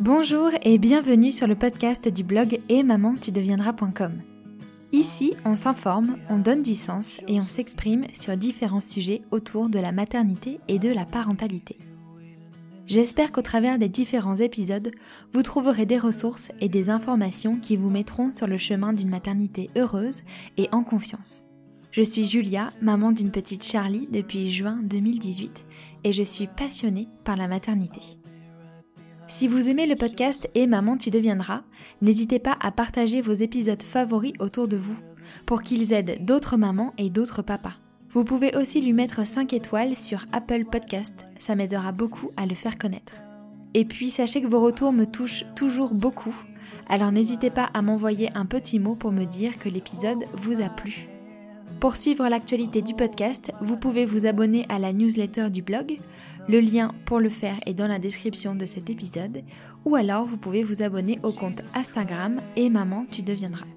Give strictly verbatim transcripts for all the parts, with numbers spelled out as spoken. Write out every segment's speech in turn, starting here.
Bonjour et bienvenue sur le podcast du blog et maman tu deviendras point com. Ici, on s'informe, on donne du sens et on s'exprime sur différents sujets autour de la maternité et de la parentalité. J'espère qu'au travers des différents épisodes, vous trouverez des ressources et des informations qui vous mettront sur le chemin d'une maternité heureuse et en confiance. Je suis Julia, maman d'une petite Charlie depuis juin deux mille dix-huit et je suis passionnée par la maternité. Si vous aimez le podcast Et maman tu deviendras, n'hésitez pas à partager vos épisodes favoris autour de vous pour qu'ils aident d'autres mamans et d'autres papas. Vous pouvez aussi lui mettre cinq étoiles sur Apple Podcast, ça m'aidera beaucoup à le faire connaître. Et puis sachez que vos retours me touchent toujours beaucoup, alors n'hésitez pas à m'envoyer un petit mot pour me dire que l'épisode vous a plu. Pour suivre l'actualité du podcast, vous pouvez vous abonner à la newsletter du blog. Le lien pour le faire est dans la description de cet épisode. Ou alors vous pouvez vous abonner au compte Instagram Et maman tu deviendras.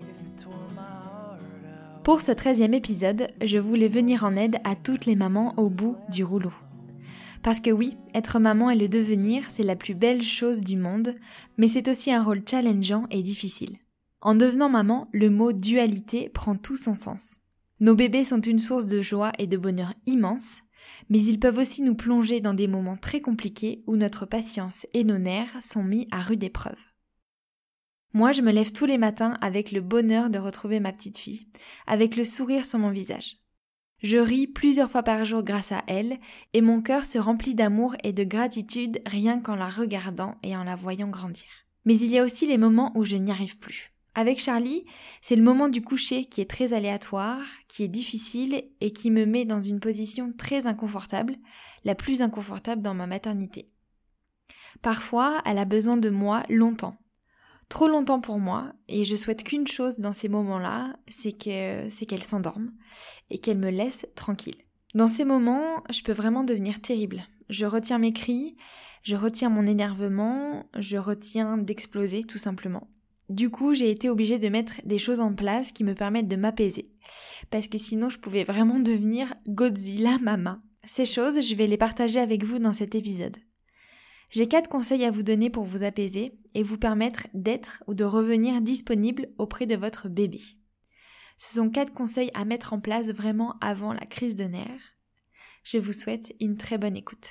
Pour ce treizième épisode, je voulais venir en aide à toutes les mamans au bout du rouleau. Parce que oui, être maman et le devenir, c'est la plus belle chose du monde, mais c'est aussi un rôle challengeant et difficile. En devenant maman, le mot dualité prend tout son sens. Nos bébés sont une source de joie et de bonheur immense, mais ils peuvent aussi nous plonger dans des moments très compliqués où notre patience et nos nerfs sont mis à rude épreuve. Moi, je me lève tous les matins avec le bonheur de retrouver ma petite fille, avec le sourire sur mon visage. Je ris plusieurs fois par jour grâce à elle, et mon cœur se remplit d'amour et de gratitude rien qu'en la regardant et en la voyant grandir. Mais il y a aussi les moments où je n'y arrive plus. Avec Charlie, c'est le moment du coucher qui est très aléatoire, qui est difficile et qui me met dans une position très inconfortable, la plus inconfortable dans ma maternité. Parfois, elle a besoin de moi longtemps. Trop longtemps pour moi, et je souhaite qu'une chose dans ces moments-là, c'est que, c'est qu'elle s'endorme et qu'elle me laisse tranquille. Dans ces moments, je peux vraiment devenir terrible. Je retiens mes cris, je retiens mon énervement, je retiens d'exploser tout simplement. Du coup, j'ai été obligée de mettre des choses en place qui me permettent de m'apaiser. Parce que sinon, je pouvais vraiment devenir Godzilla Mama. Ces choses, je vais les partager avec vous dans cet épisode. J'ai quatre conseils à vous donner pour vous apaiser et vous permettre d'être ou de revenir disponible auprès de votre bébé. Ce sont quatre conseils à mettre en place vraiment avant la crise de nerfs. Je vous souhaite une très bonne écoute.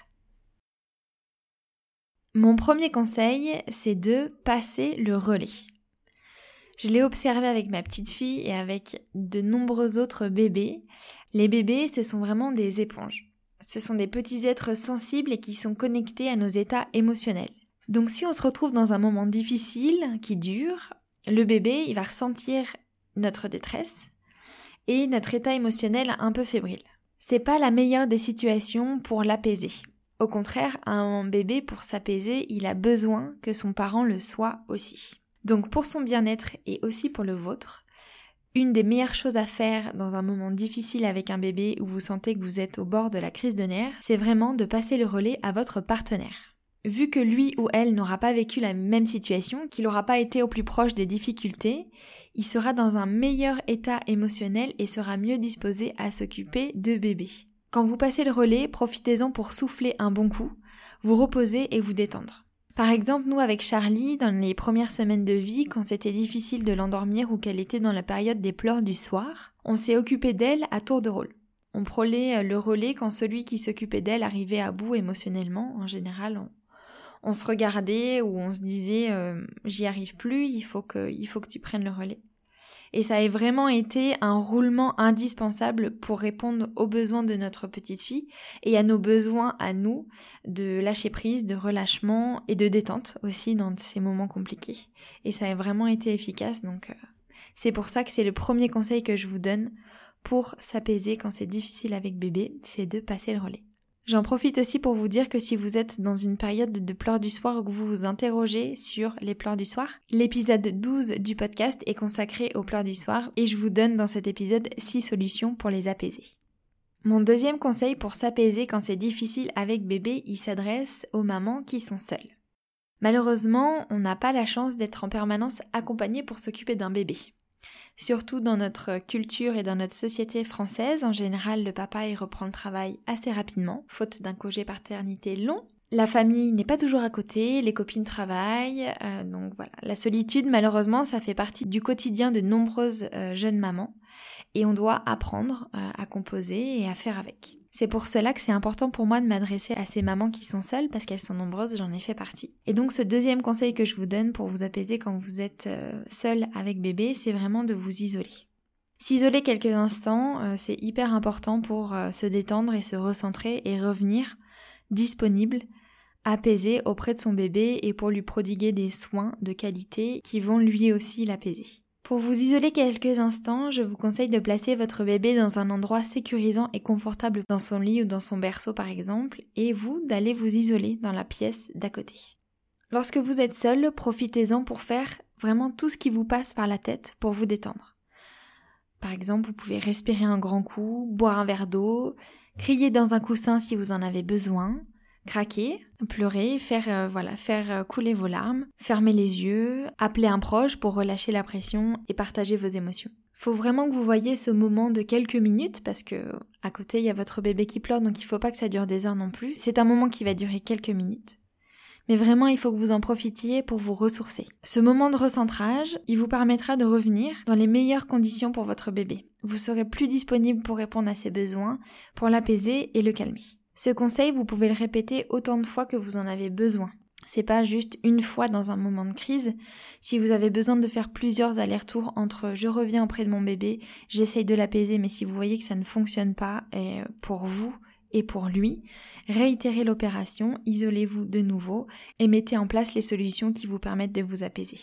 Mon premier conseil, c'est de passer le relais. Je l'ai observé avec ma petite fille et avec de nombreux autres bébés. Les bébés, ce sont vraiment des éponges. Ce sont des petits êtres sensibles et qui sont connectés à nos états émotionnels. Donc si on se retrouve dans un moment difficile qui dure, le bébé, il va ressentir notre détresse et notre état émotionnel un peu fébrile. C'est pas la meilleure des situations pour l'apaiser. Au contraire, un bébé, pour s'apaiser, il a besoin que son parent le soit aussi. Donc pour son bien-être et aussi pour le vôtre, une des meilleures choses à faire dans un moment difficile avec un bébé où vous sentez que vous êtes au bord de la crise de nerfs, c'est vraiment de passer le relais à votre partenaire. Vu que lui ou elle n'aura pas vécu la même situation, qu'il n'aura pas été au plus proche des difficultés, il sera dans un meilleur état émotionnel et sera mieux disposé à s'occuper de bébé. Quand vous passez le relais, profitez-en pour souffler un bon coup, vous reposer et vous détendre. Par exemple, nous avec Charlie, dans les premières semaines de vie, quand c'était difficile de l'endormir ou qu'elle était dans la période des pleurs du soir, on s'est occupé d'elle à tour de rôle. On prenait le relais quand celui qui s'occupait d'elle arrivait à bout émotionnellement. En général, on, on se regardait ou on se disait euh, « j'y arrive plus, il faut que, il faut que tu prennes le relais ». Et ça a vraiment été un roulement indispensable pour répondre aux besoins de notre petite fille et à nos besoins à nous de lâcher prise, de relâchement et de détente aussi dans ces moments compliqués. Et ça a vraiment été efficace, donc euh, c'est pour ça que c'est le premier conseil que je vous donne pour s'apaiser quand c'est difficile avec bébé, c'est de passer le relais. J'en profite aussi pour vous dire que si vous êtes dans une période de pleurs du soir ou que vous vous interrogez sur les pleurs du soir, l'épisode douze du podcast est consacré aux pleurs du soir et je vous donne dans cet épisode six solutions pour les apaiser. Mon deuxième conseil pour s'apaiser quand c'est difficile avec bébé, il s'adresse aux mamans qui sont seules. Malheureusement, on n'a pas la chance d'être en permanence accompagné pour s'occuper d'un bébé. Surtout dans notre culture et dans notre société française, en général, le papa il reprend le travail assez rapidement, faute d'un congé paternité long. La famille n'est pas toujours à côté, les copines travaillent, euh, donc voilà. La solitude, malheureusement, ça fait partie du quotidien de nombreuses euh, jeunes mamans et on doit apprendre euh, à composer et à faire avec. C'est pour cela que c'est important pour moi de m'adresser à ces mamans qui sont seules parce qu'elles sont nombreuses, j'en ai fait partie. Et donc ce deuxième conseil que je vous donne pour vous apaiser quand vous êtes euh, seule avec bébé, c'est vraiment de vous isoler. S'isoler quelques instants, euh, c'est hyper important pour euh, se détendre et se recentrer et revenir disponible, apaisé auprès de son bébé et pour lui prodiguer des soins de qualité qui vont lui aussi l'apaiser. Pour vous isoler quelques instants, je vous conseille de placer votre bébé dans un endroit sécurisant et confortable dans son lit ou dans son berceau par exemple, et vous d'aller vous isoler dans la pièce d'à côté. Lorsque vous êtes seul, profitez-en pour faire vraiment tout ce qui vous passe par la tête pour vous détendre. Par exemple, vous pouvez respirer un grand coup, boire un verre d'eau, crier dans un coussin si vous en avez besoin, craquer, pleurer, faire euh, voilà, faire couler vos larmes, fermer les yeux, appeler un proche pour relâcher la pression et partager vos émotions. Faut vraiment que vous voyiez ce moment de quelques minutes parce que à côté il y a votre bébé qui pleure donc il faut pas que ça dure des heures non plus. C'est un moment qui va durer quelques minutes. Mais vraiment, il faut que vous en profitiez pour vous ressourcer. Ce moment de recentrage, il vous permettra de revenir dans les meilleures conditions pour votre bébé. Vous serez plus disponible pour répondre à ses besoins, pour l'apaiser et le calmer. Ce conseil, vous pouvez le répéter autant de fois que vous en avez besoin. C'est pas juste une fois dans un moment de crise. Si vous avez besoin de faire plusieurs allers-retours entre je reviens auprès de mon bébé, j'essaye de l'apaiser, mais si vous voyez que ça ne fonctionne pas et pour vous et pour lui, réitérez l'opération, isolez-vous de nouveau et mettez en place les solutions qui vous permettent de vous apaiser.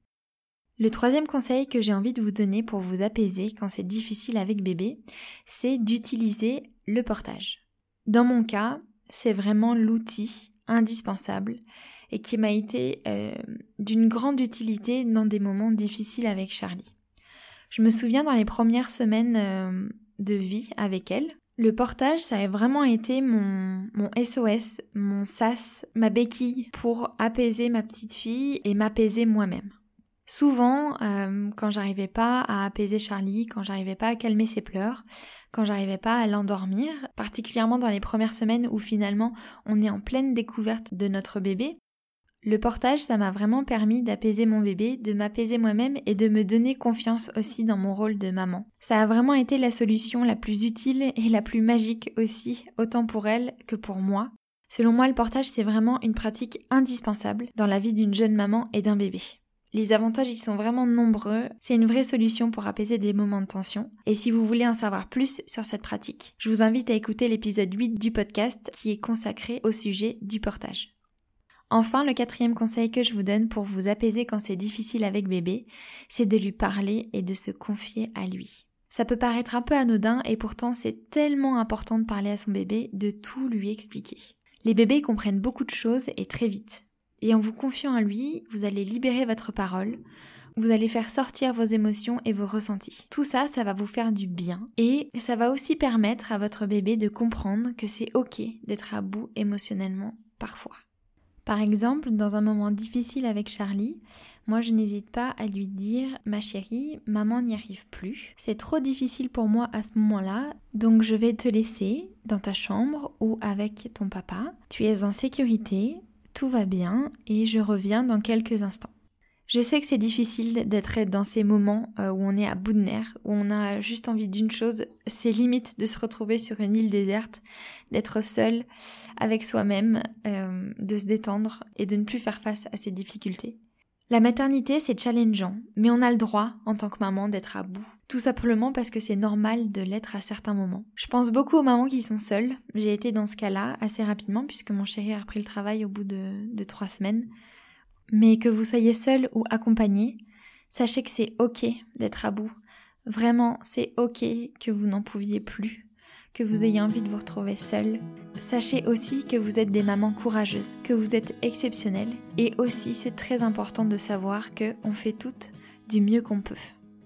Le troisième conseil que j'ai envie de vous donner pour vous apaiser quand c'est difficile avec bébé, c'est d'utiliser le portage. Dans mon cas, c'est vraiment l'outil indispensable et qui m'a été euh, d'une grande utilité dans des moments difficiles avec Charlie. Je me souviens dans les premières semaines euh, de vie avec elle, le portage, ça a vraiment été mon, mon S O S, mon sas, ma béquille pour apaiser ma petite fille et m'apaiser moi-même. Souvent, euh, quand j'arrivais pas à apaiser Charlie, quand j'arrivais pas à calmer ses pleurs, quand j'arrivais pas à l'endormir, particulièrement dans les premières semaines où finalement on est en pleine découverte de notre bébé, le portage, ça m'a vraiment permis d'apaiser mon bébé, de m'apaiser moi-même et de me donner confiance aussi dans mon rôle de maman. Ça a vraiment été la solution la plus utile et la plus magique aussi, autant pour elle que pour moi. Selon moi, le portage, c'est vraiment une pratique indispensable dans la vie d'une jeune maman et d'un bébé. Les avantages y sont vraiment nombreux, c'est une vraie solution pour apaiser des moments de tension. Et si vous voulez en savoir plus sur cette pratique, je vous invite à écouter l'épisode huit du podcast qui est consacré au sujet du portage. Enfin, le quatrième conseil que je vous donne pour vous apaiser quand c'est difficile avec bébé, c'est de lui parler et de se confier à lui. Ça peut paraître un peu anodin et pourtant c'est tellement important de parler à son bébé, de tout lui expliquer. Les bébés comprennent beaucoup de choses et très vite. Et en vous confiant à lui, vous allez libérer votre parole, vous allez faire sortir vos émotions et vos ressentis. Tout ça, ça va vous faire du bien et ça va aussi permettre à votre bébé de comprendre que c'est ok d'être à bout émotionnellement parfois. Par exemple, dans un moment difficile avec Charlie, moi je n'hésite pas à lui dire « Ma chérie, maman n'y arrive plus. C'est trop difficile pour moi à ce moment-là, donc je vais te laisser dans ta chambre ou avec ton papa. Tu es en sécurité, tout va bien et je reviens dans quelques instants. » Je sais que c'est difficile d'être dans ces moments où on est à bout de nerfs, où on a juste envie d'une chose, c'est limite de se retrouver sur une île déserte, d'être seul avec soi-même, euh, de se détendre et de ne plus faire face à ces difficultés. La maternité, c'est challengeant, mais on a le droit, en tant que maman, d'être à bout. Tout simplement parce que c'est normal de l'être à certains moments. Je pense beaucoup aux mamans qui sont seules. J'ai été dans ce cas-là assez rapidement puisque mon chéri a repris le travail au bout de, de trois semaines. Mais que vous soyez seul ou accompagné, sachez que c'est ok d'être à bout. Vraiment, c'est ok que vous n'en pouviez plus, que vous ayez envie de vous retrouver seul. Sachez aussi que vous êtes des mamans courageuses, que vous êtes exceptionnelles. Et aussi, c'est très important de savoir qu'on fait toutes du mieux qu'on peut.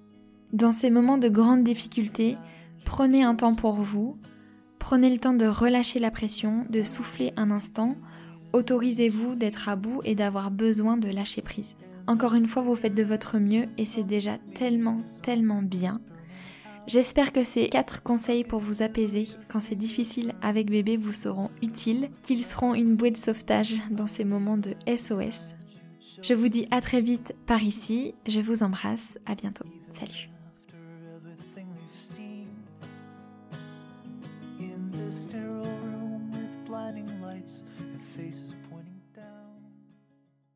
Dans ces moments de grande difficulté, prenez un temps pour vous, prenez le temps de relâcher la pression, de souffler un instant. Autorisez-vous d'être à bout et d'avoir besoin de lâcher prise. Encore une fois, vous faites de votre mieux et c'est déjà tellement, tellement bien. J'espère que ces quatre conseils pour vous apaiser quand c'est difficile avec bébé vous seront utiles, qu'ils seront une bouée de sauvetage dans ces moments de S O S. Je vous dis à très vite par ici, je vous embrasse, à bientôt. Salut. In this sterile room with blinding lights and faces